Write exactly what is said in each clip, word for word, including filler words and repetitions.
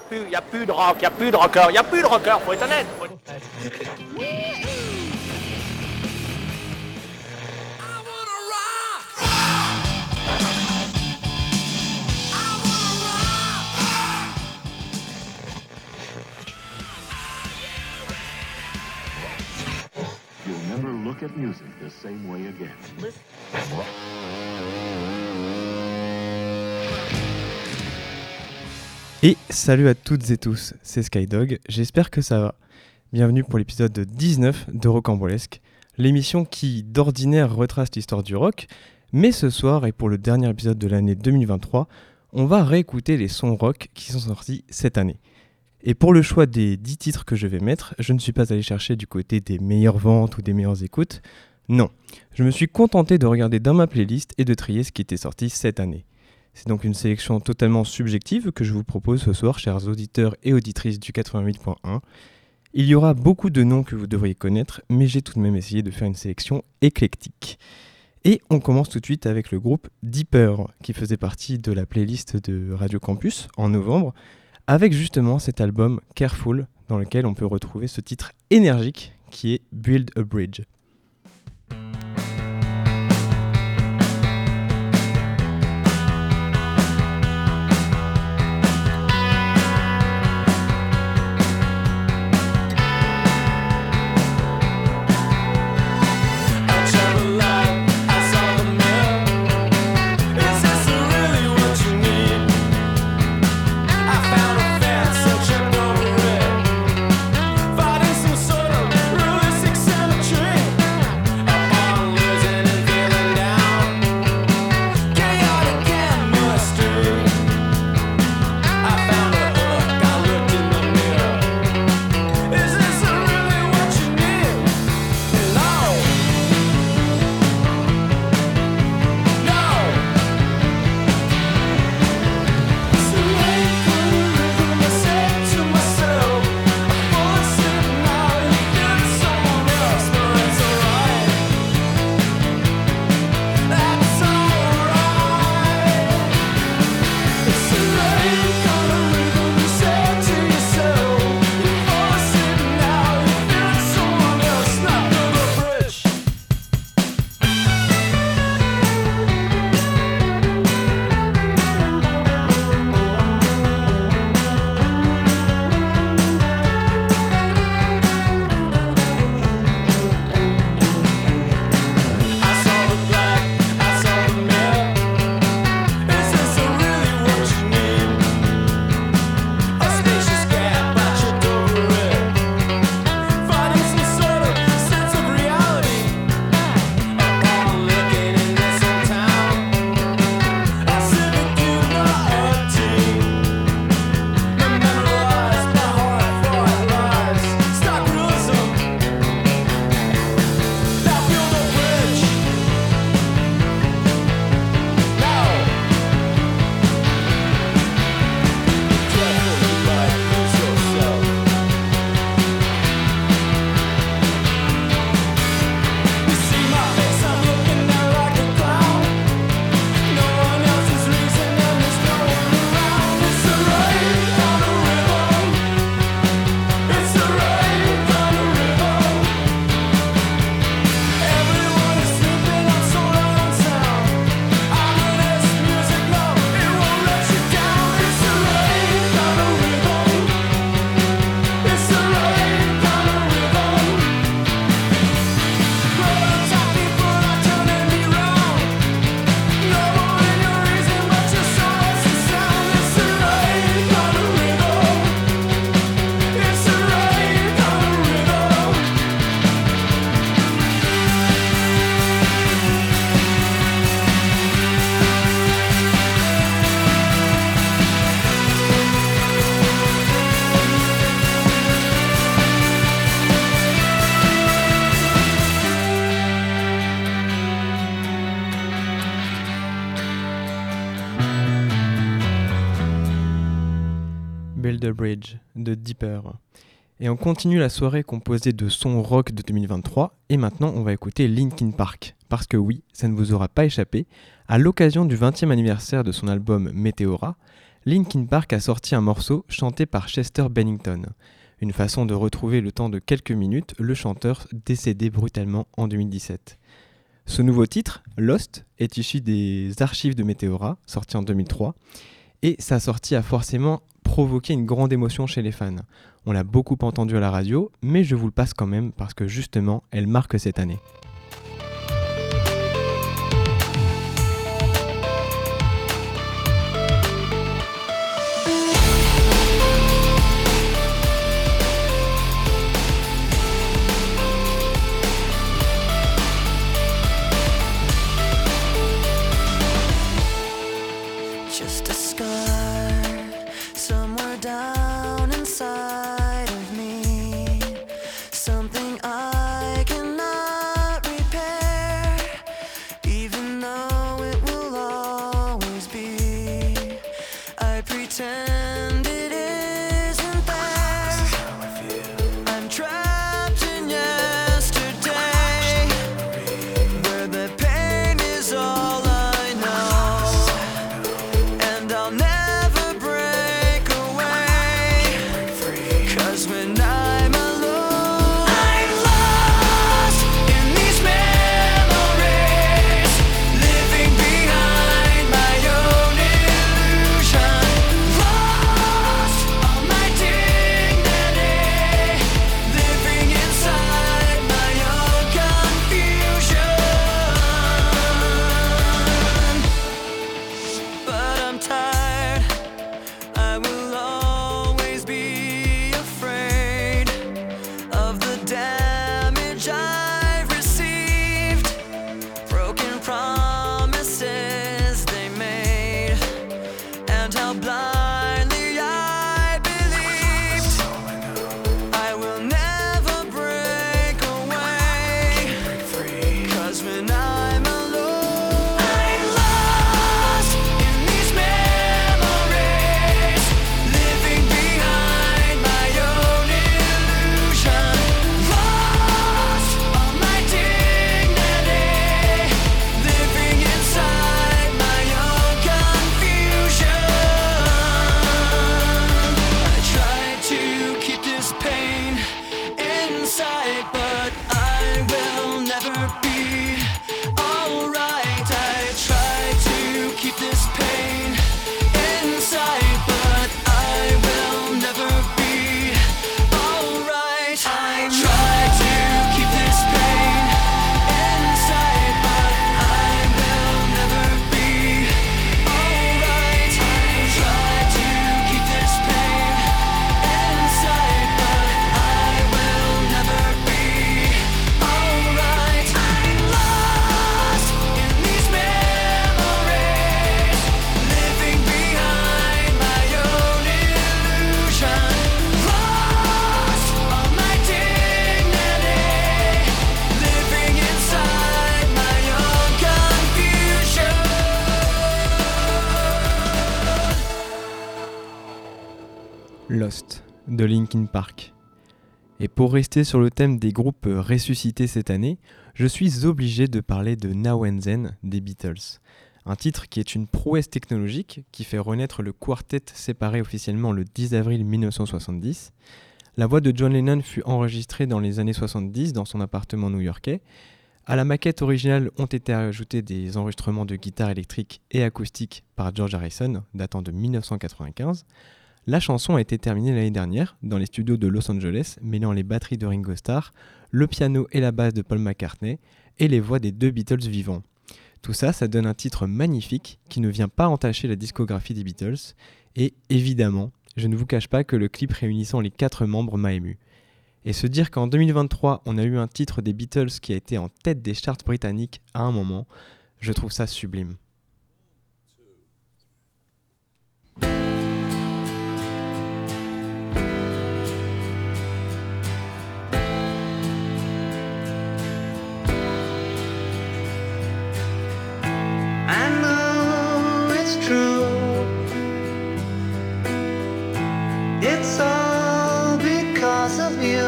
plus, y a plus de rock, y a plus de rockers, y a plus de rockers, faut être honnête. Faut être... You'll never look at music the same way again. Et salut à toutes et tous, c'est Skydog, j'espère que ça va. Bienvenue pour l'épisode dix-neuf de Rocambolesque, l'émission qui d'ordinaire retrace l'histoire du rock, mais ce soir et pour le dernier épisode de l'année deux mille vingt-trois, on va réécouter les sons rock qui sont sortis cette année. Et pour le choix des dix titres que je vais mettre, je ne suis pas allé chercher du côté des meilleures ventes ou des meilleures écoutes, non. Je me suis contenté de regarder dans ma playlist et de trier ce qui était sorti cette année. C'est donc une sélection totalement subjective que je vous propose ce soir, chers auditeurs et auditrices du quatre-vingt-huit point un. Il y aura beaucoup de noms que vous devriez connaître, mais j'ai tout de même essayé de faire une sélection éclectique. Et on commence tout de suite avec le groupe Deeper, qui faisait partie de la playlist de Radio Campus en novembre, avec justement cet album Careful, dans lequel on peut retrouver ce titre énergique qui est Build a Bridge. Build a Bridge de Deeper. Et on continue la soirée composée de sons rock de deux mille vingt-trois, et maintenant on va écouter Linkin Park, parce que oui, ça ne vous aura pas échappé, à l'occasion du vingtième anniversaire de son album Meteora, Linkin Park a sorti un morceau chanté par Chester Bennington. Une façon de retrouver le temps de quelques minutes le chanteur décédé brutalement en deux mille dix-sept. Ce nouveau titre, Lost, est issu des archives de Meteora, sorti en deux mille trois, et sa sortie a forcément provoqué une grande émotion chez les fans. On l'a beaucoup entendu à la radio, mais je vous le passe quand même parce que justement, elle marque cette année. Just a scar somewhere down inside of me, something I cannot repair, even though it will always be. I pretend it isn't there. I'm trapped in yesterday, where the pain is all I know. And I'll never break away, 'cause when I'm alone, I'm lost in these memories, living behind my own illusion. Lost all my dignity, living inside my own confusion. But I'm tired, I will always be afraid of the damage I've received, broken promises they made, and how blindly I believed. I will never break away, 'cause when I'm alone, I'm lost in these memories, living behind my own illusion. Lost all my dignity, living inside my own confusion. I try to keep this pain inside, but I will never be alright. I try to keep this pain inside, but I will never be alright. I try to keep this pain inside, but I will never be alright. I try to keep this pain inside, but I will never be alright. I'm lost in these memories, living behind my own illusion. Lost all my dignity, living inside my own confusion. Lost, de Linkin Park. Et pour rester sur le thème des groupes ressuscités cette année, je suis obligé de parler de Now and Then des Beatles. Un titre qui est une prouesse technologique qui fait renaître le quartet séparé officiellement le dix avril mille neuf cent soixante-dix. La voix de John Lennon fut enregistrée dans les années soixante-dix dans son appartement new-yorkais. À la maquette originale ont été ajoutés des enregistrements de guitare électrique et acoustique par George Harrison, datant de mille neuf cent quatre-vingt-quinze. La chanson a été terminée l'année dernière dans les studios de Los Angeles, mêlant les batteries de Ringo Starr, le piano et la basse de Paul McCartney et les voix des deux Beatles vivants. Tout ça, ça donne un titre magnifique qui ne vient pas entacher la discographie des Beatles. Et évidemment, je ne vous cache pas que le clip réunissant les quatre membres m'a ému. Et se dire qu'en deux mille vingt-trois, on a eu un titre des Beatles qui a été en tête des charts britanniques à un moment, je trouve ça sublime. I know it's true. It's all because of you.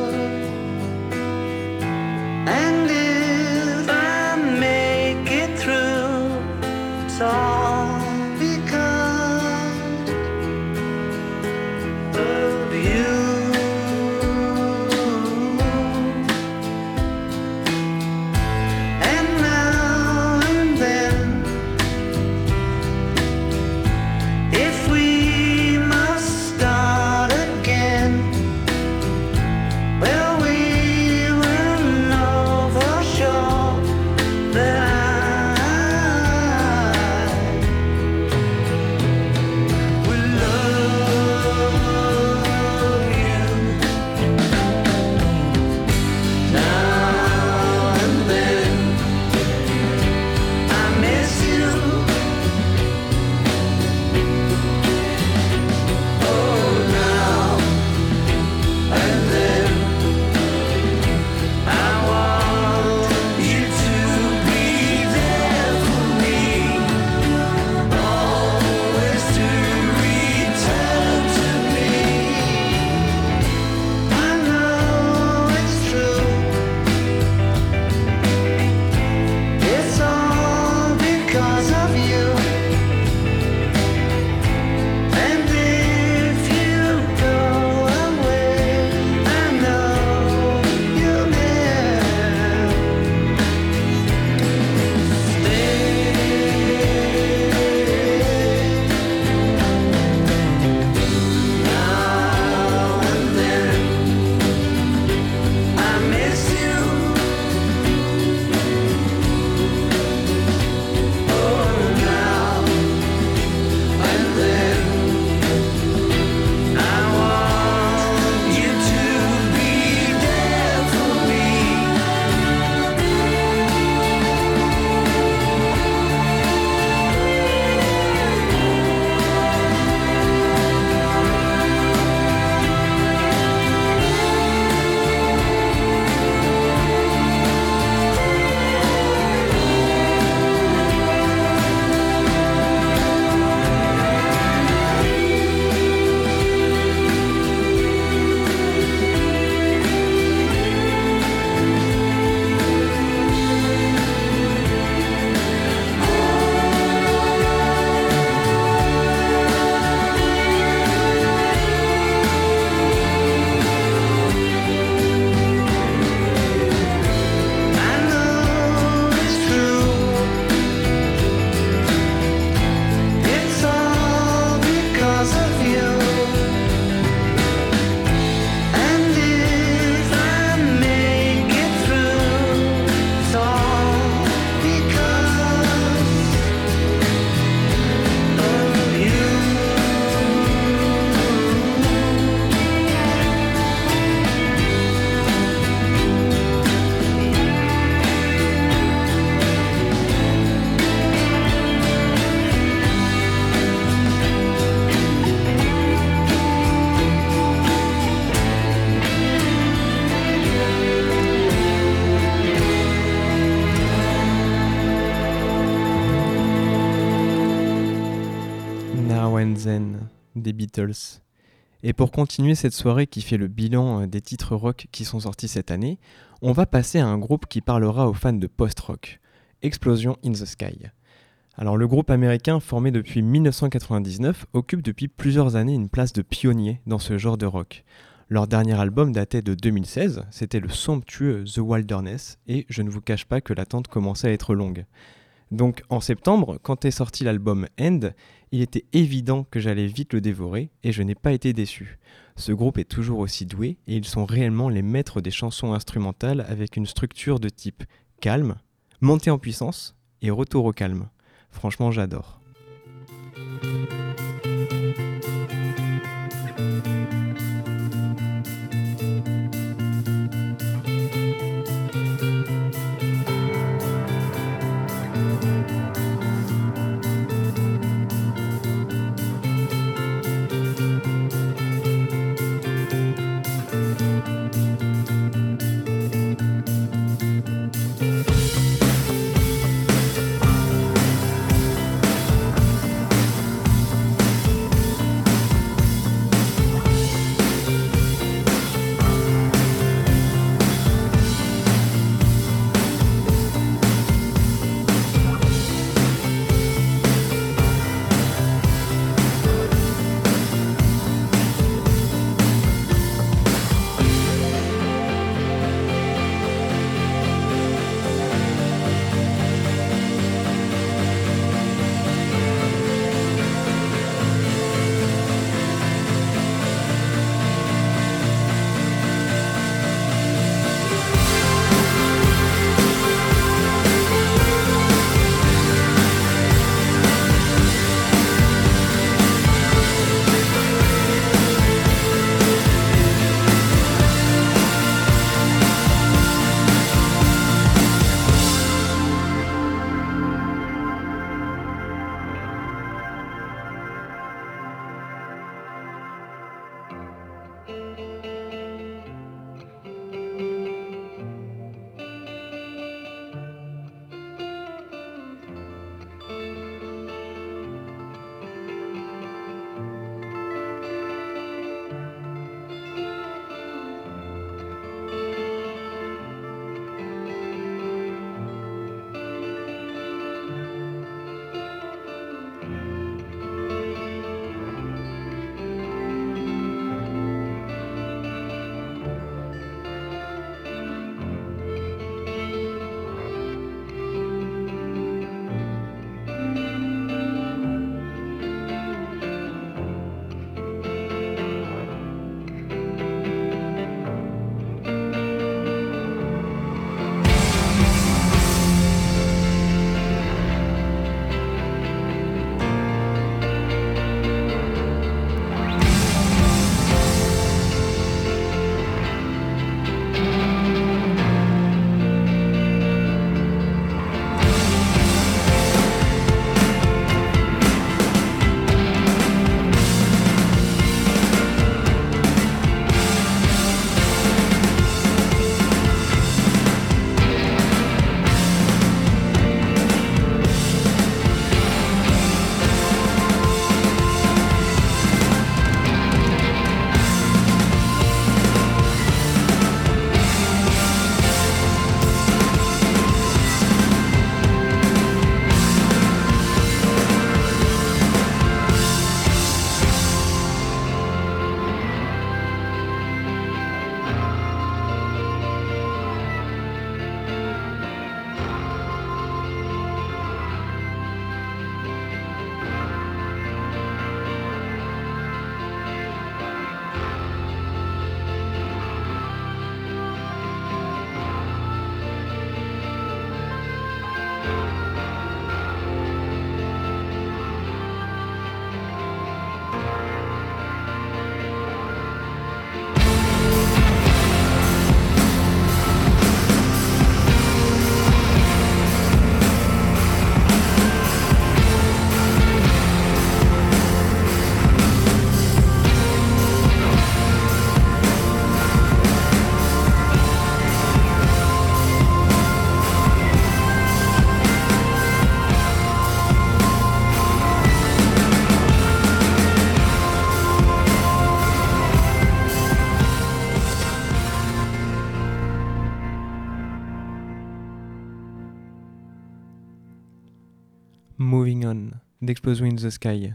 And if I make it through, it's all because des Beatles. Et pour continuer cette soirée qui fait le bilan des titres rock qui sont sortis cette année, on va passer à un groupe qui parlera aux fans de post-rock, Explosion in the Sky. Alors le groupe américain formé depuis dix-neuf cent quatre-vingt-dix-neuf occupe depuis plusieurs années une place de pionnier dans ce genre de rock. Leur dernier album datait de deux mille seize, c'était le somptueux The Wilderness, et je ne vous cache pas que l'attente commençait à être longue. Donc en septembre, quand est sorti l'album End, il était évident que j'allais vite le dévorer, et je n'ai pas été déçu. Ce groupe est toujours aussi doué, et ils sont réellement les maîtres des chansons instrumentales avec une structure de type calme, montée en puissance et retour au calme. Franchement, j'adore. Moving On d'Explosion in the Sky.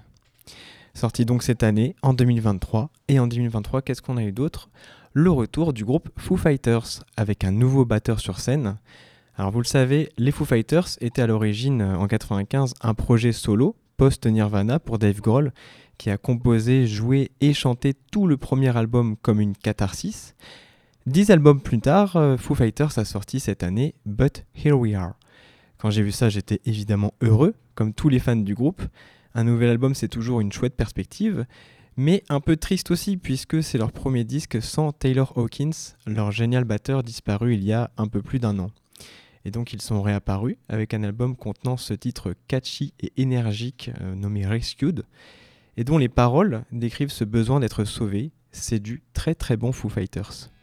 Sorti donc cette année, en deux mille vingt-trois. Et en deux mille vingt-trois, qu'est-ce qu'on a eu d'autre ? Le retour du groupe Foo Fighters, avec un nouveau batteur sur scène. Alors vous le savez, les Foo Fighters étaient à l'origine, en quatre-vingt-quinze, un projet solo, post-Nirvana pour Dave Grohl, qui a composé, joué et chanté tout le premier album comme une catharsis. Dix albums plus tard, Foo Fighters a sorti cette année But Here We Are. Quand j'ai vu ça, j'étais évidemment heureux, comme tous les fans du groupe. Un nouvel album, c'est toujours une chouette perspective, mais un peu triste aussi, puisque c'est leur premier disque sans Taylor Hawkins, leur génial batteur disparu il y a un peu plus d'un an. Et donc ils sont réapparus avec un album contenant ce titre catchy et énergique euh, nommé Rescued, et dont les paroles décrivent ce besoin d'être sauvé. C'est du très très bon Foo Fighters.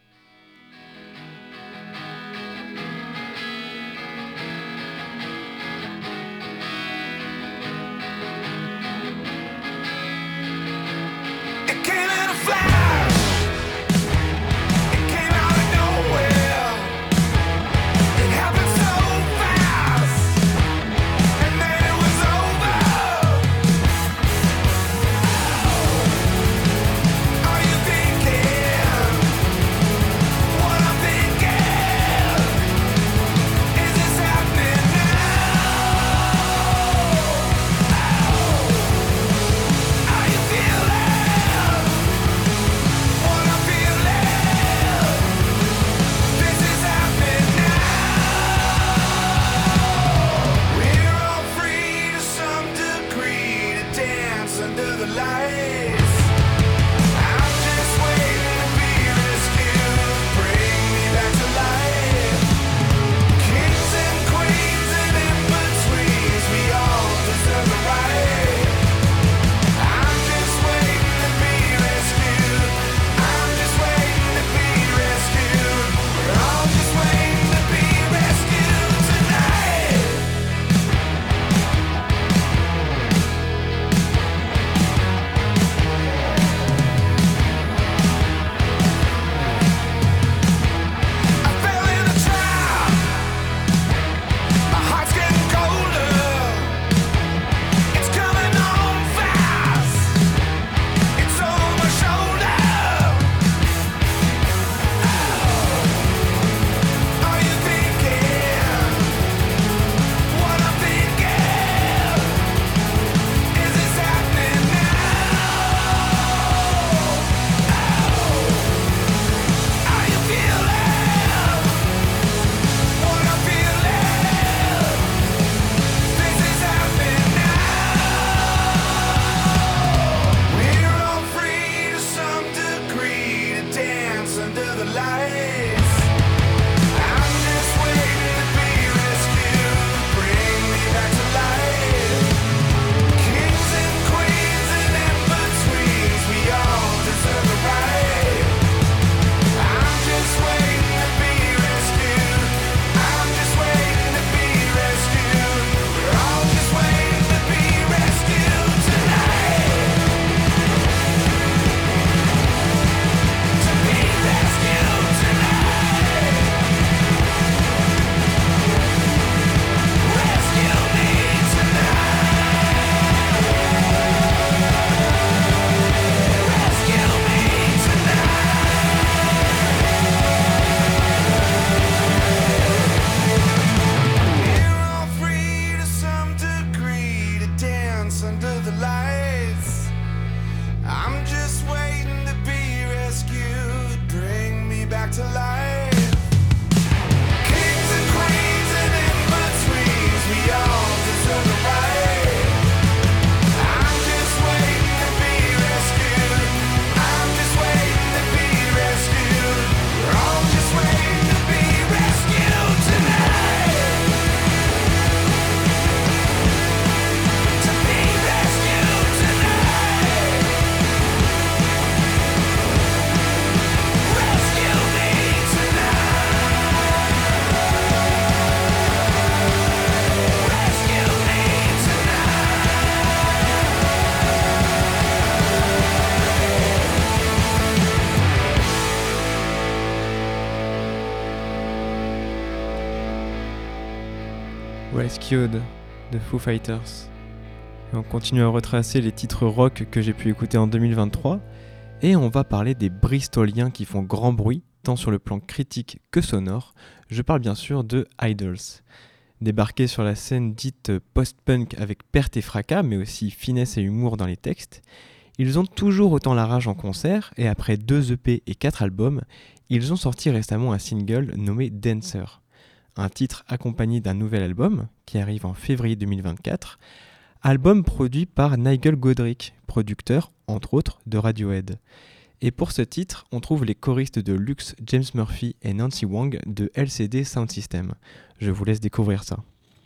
Rescued de Foo Fighters. Et on continue à retracer les titres rock que j'ai pu écouter en deux mille vingt-trois. Et on va parler des Bristoliens qui font grand bruit, tant sur le plan critique que sonore. Je parle bien sûr de Idols. Débarqués sur la scène dite post-punk avec perte et fracas, mais aussi finesse et humour dans les textes, ils ont toujours autant la rage en concert, et après deux E P et quatre albums, ils ont sorti récemment un single nommé Dancer. Un titre accompagné d'un nouvel album, qui arrive en février deux mille vingt-quatre, album produit par Nigel Godrich, producteur, entre autres, de Radiohead. Et pour ce titre, on trouve les choristes de Lux, James Murphy et Nancy Wang de L C D Sound System. Je vous laisse découvrir ça.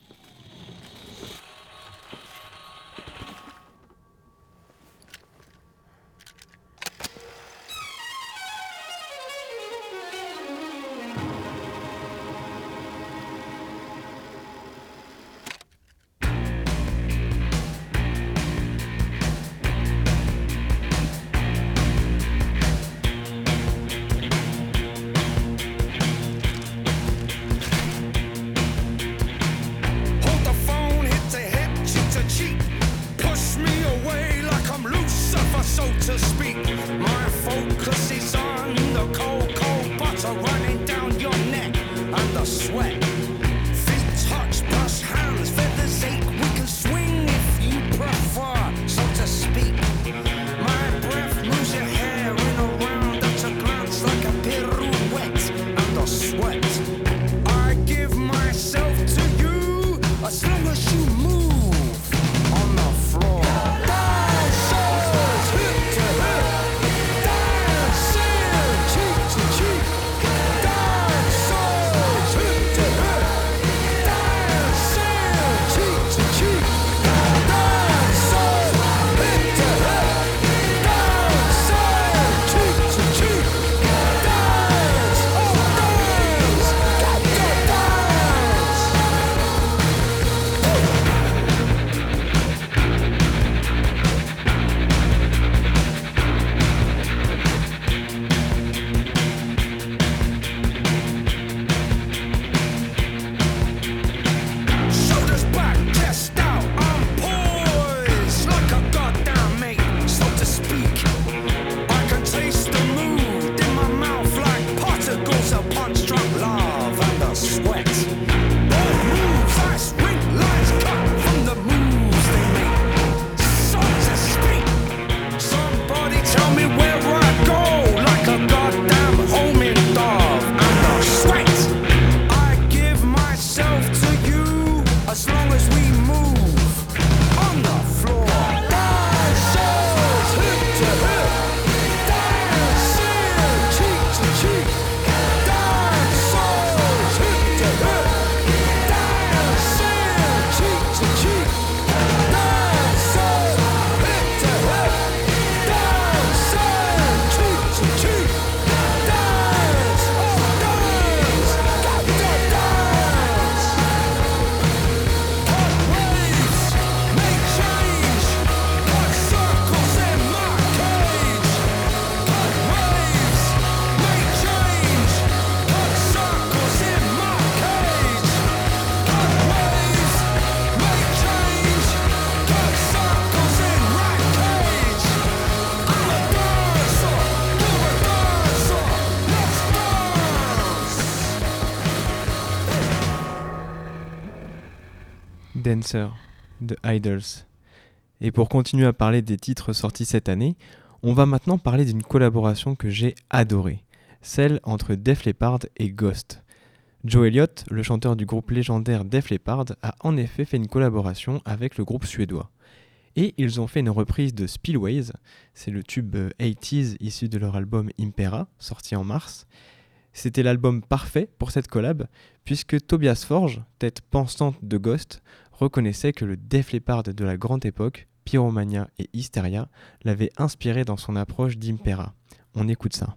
Dancer de Idols. Et pour continuer à parler des titres sortis cette année, on va maintenant parler d'une collaboration que j'ai adorée, celle entre Def Leppard et Ghost. Joe Elliott, le chanteur du groupe légendaire Def Leppard, a en effet fait une collaboration avec le groupe suédois. Et ils ont fait une reprise de Spillways, c'est le tube quatre-vingt-dix issu de leur album Impera, sorti en mars. C'était l'album parfait pour cette collab, puisque Tobias Forge, tête pensante de Ghost, reconnaissait que le Def Leppard de la grande époque, Pyromania et Hysteria, l'avait inspiré dans son approche d'Impera. On écoute ça.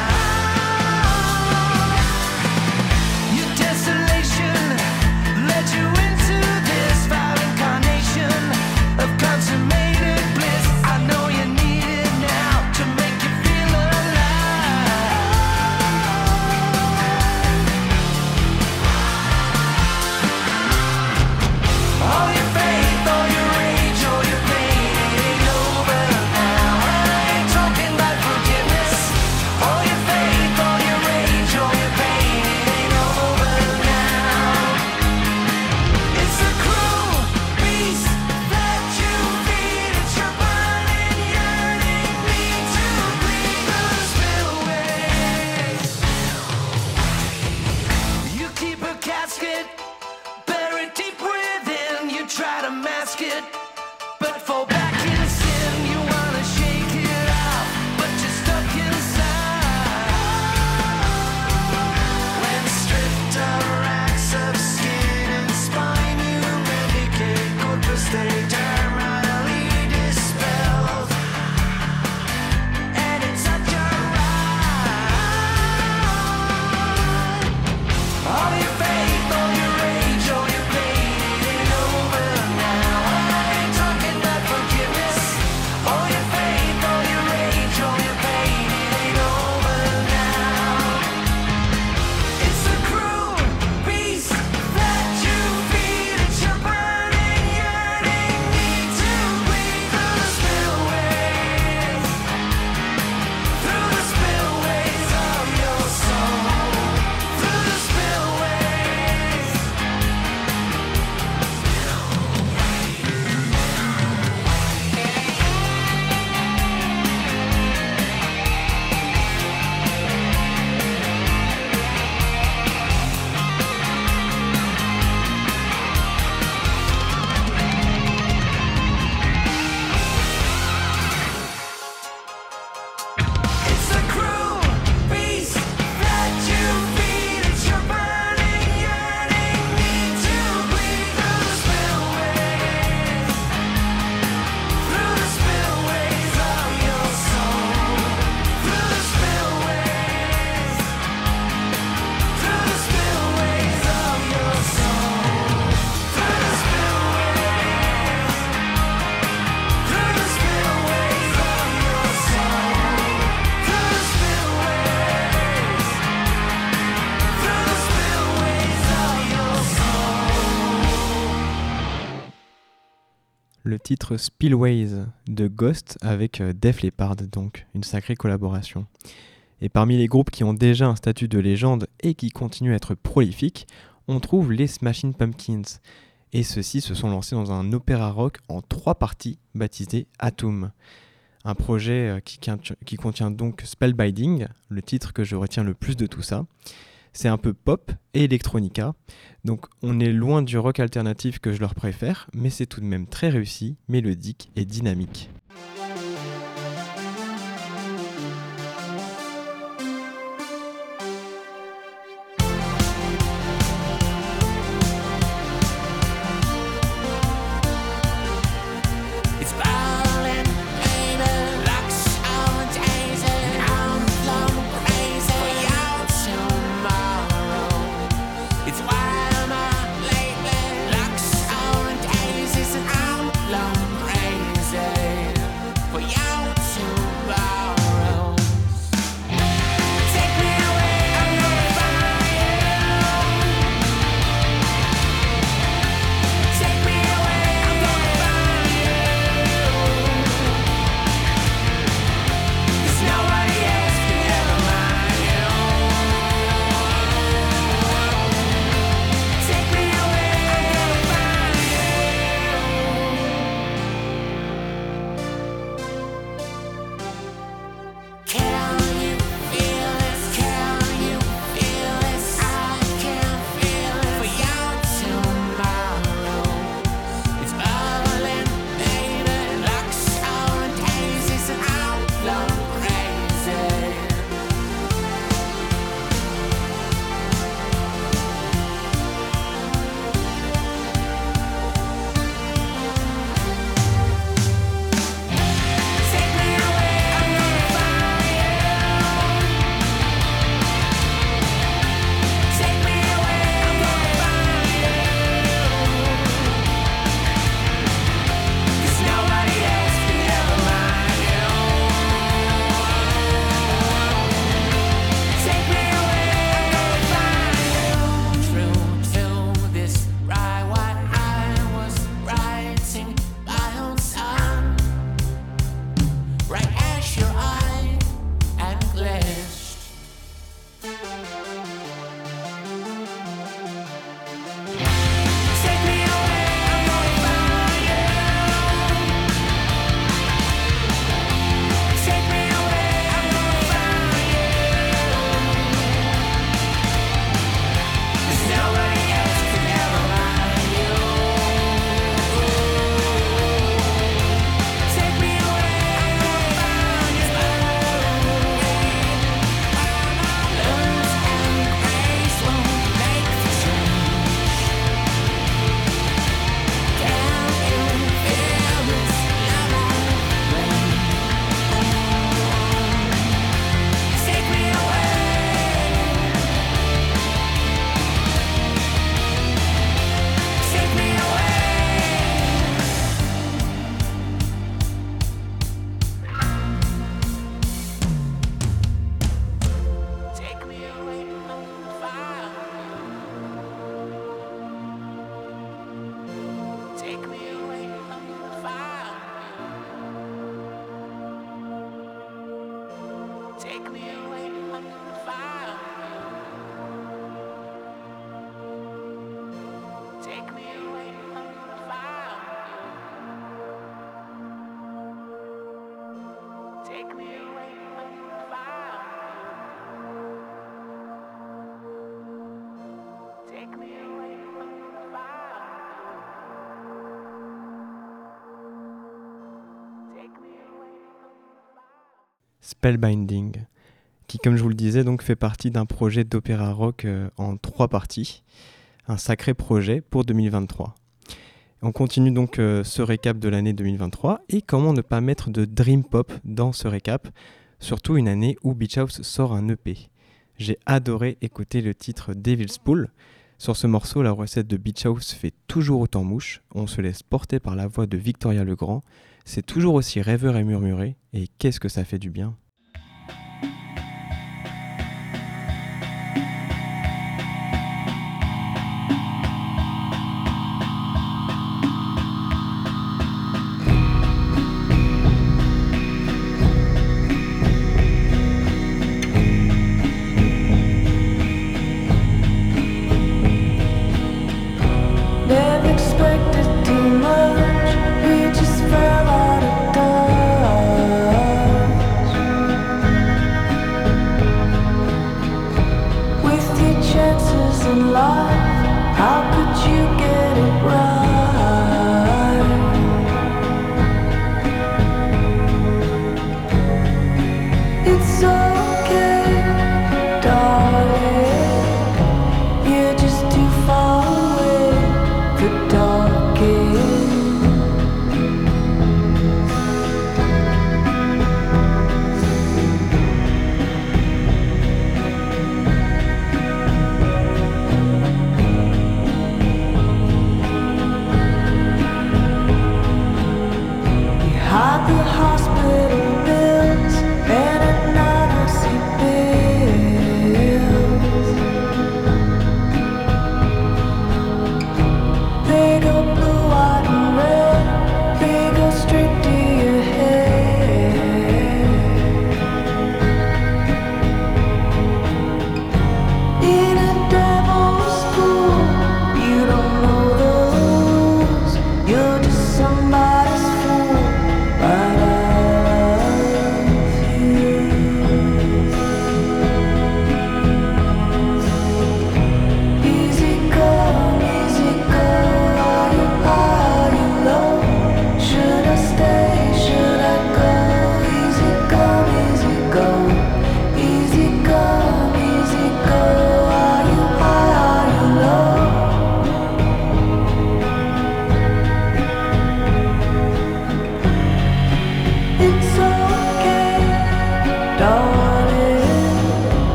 Let titre Spillways de Ghost avec euh, Def Leppard, donc une sacrée collaboration. Et parmi les groupes qui ont déjà un statut de légende et qui continuent à être prolifiques, on trouve les Smashing Pumpkins. Et ceux-ci se sont lancés dans un opéra rock en trois parties baptisé Atum. Un projet euh, qui, qui contient donc Spellbinding, le titre que je retiens le plus de tout ça. C'est un peu pop et electronica, donc on est loin du rock alternatif que je leur préfère, mais c'est tout de même très réussi, mélodique et dynamique. Spellbinding, qui comme je vous le disais donc fait partie d'un projet d'opéra rock euh, en trois parties, un sacré projet pour deux mille vingt-trois. On continue donc euh, ce récap de l'année deux mille vingt-trois et comment ne pas mettre de dream pop dans ce récap, surtout une année où Beach House sort un E P. J'ai adoré écouter le titre Devil's Pool. Sur ce morceau, la recette de Beach House fait toujours autant mouche, on se laisse porter par la voix de Victoria Legrand, c'est toujours aussi rêveur et murmuré, et qu'est-ce que ça fait du bien.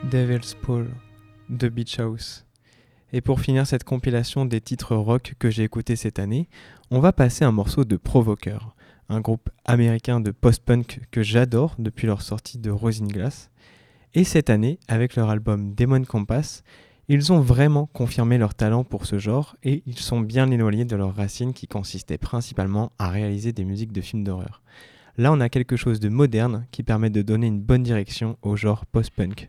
Devil's Pool de Beach House. Et pour finir cette compilation des titres rock que j'ai écoutés cette année, on va passer un morceau de Provoker, un groupe américain de post-punk que j'adore depuis leur sortie de Rosine Glass. Et cette année, avec leur album Demon Compass, ils ont vraiment confirmé leur talent pour ce genre et ils sont bien éloignés de leurs racines qui consistaient principalement à réaliser des musiques de films d'horreur. Là, on a quelque chose de moderne qui permet de donner une bonne direction au genre post-punk.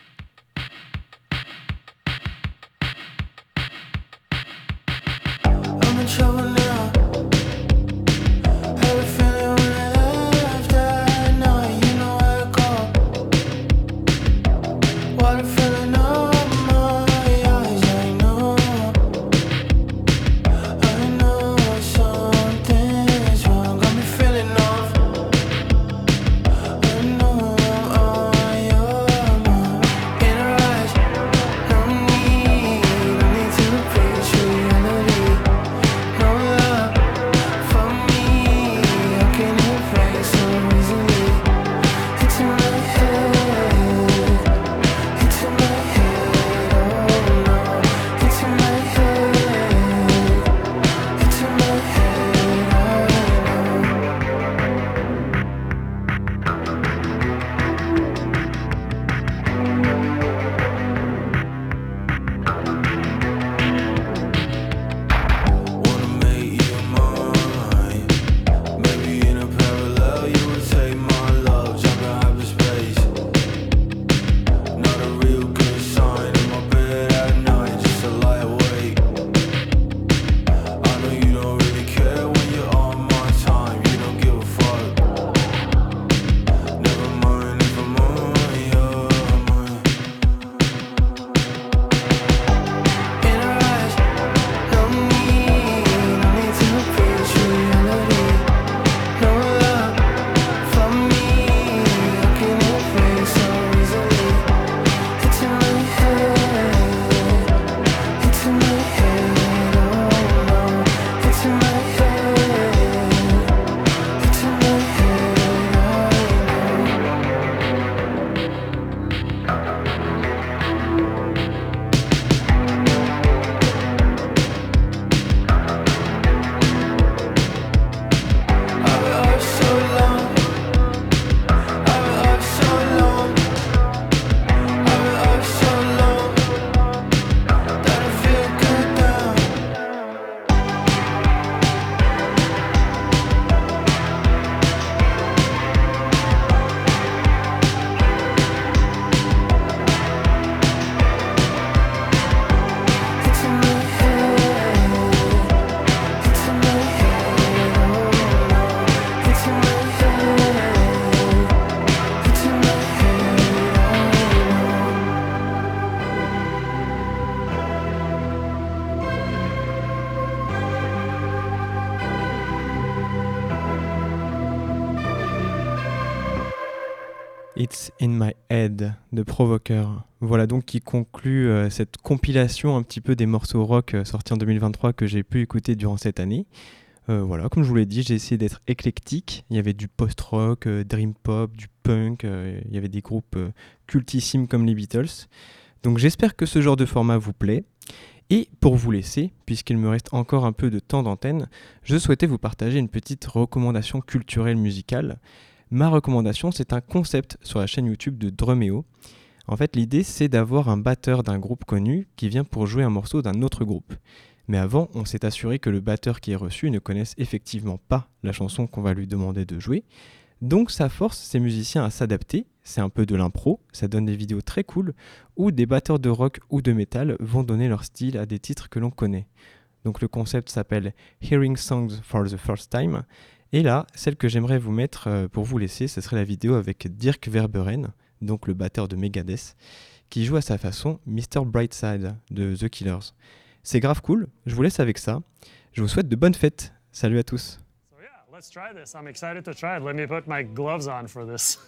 It's in my head de Provoker. Voilà donc qui conclut euh, cette compilation un petit peu des morceaux rock euh, sortis en deux mille vingt-trois que j'ai pu écouter durant cette année. Euh, voilà, comme je vous l'ai dit, j'ai essayé d'être éclectique. Il y avait du post-rock, euh, dream pop, du punk, euh, il y avait des groupes euh, cultissimes comme les Beatles. Donc j'espère que ce genre de format vous plaît. Et pour vous laisser, puisqu'il me reste encore un peu de temps d'antenne, je souhaitais vous partager une petite recommandation culturelle musicale. Ma recommandation, c'est un concept sur la chaîne YouTube de Druméo. En fait, l'idée, c'est d'avoir un batteur d'un groupe connu qui vient pour jouer un morceau d'un autre groupe. Mais avant, on s'est assuré que le batteur qui est reçu ne connaisse effectivement pas la chanson qu'on va lui demander de jouer. Donc ça force ces musiciens à s'adapter, c'est un peu de l'impro, ça donne des vidéos très cool où des batteurs de rock ou de métal vont donner leur style à des titres que l'on connaît. Donc le concept s'appelle Hearing Songs for the First Time. Et là, celle que j'aimerais vous mettre pour vous laisser, ce serait la vidéo avec Dirk Verbeuren, donc le batteur de Megadeth, qui joue à sa façon mister Brightside de The Killers. C'est grave cool, je vous laisse avec ça. Je vous souhaite de bonnes fêtes. Salut à tous. So yeah, let's try this. I'm excited to try it. Let me put my gloves on for this.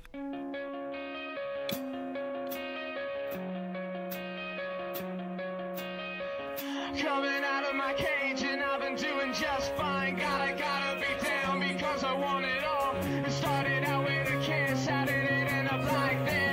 Coming out of my cage and I've been doing just fine. Gotta, gotta be down because I want it all. It started out with a kiss, how did it end up like this?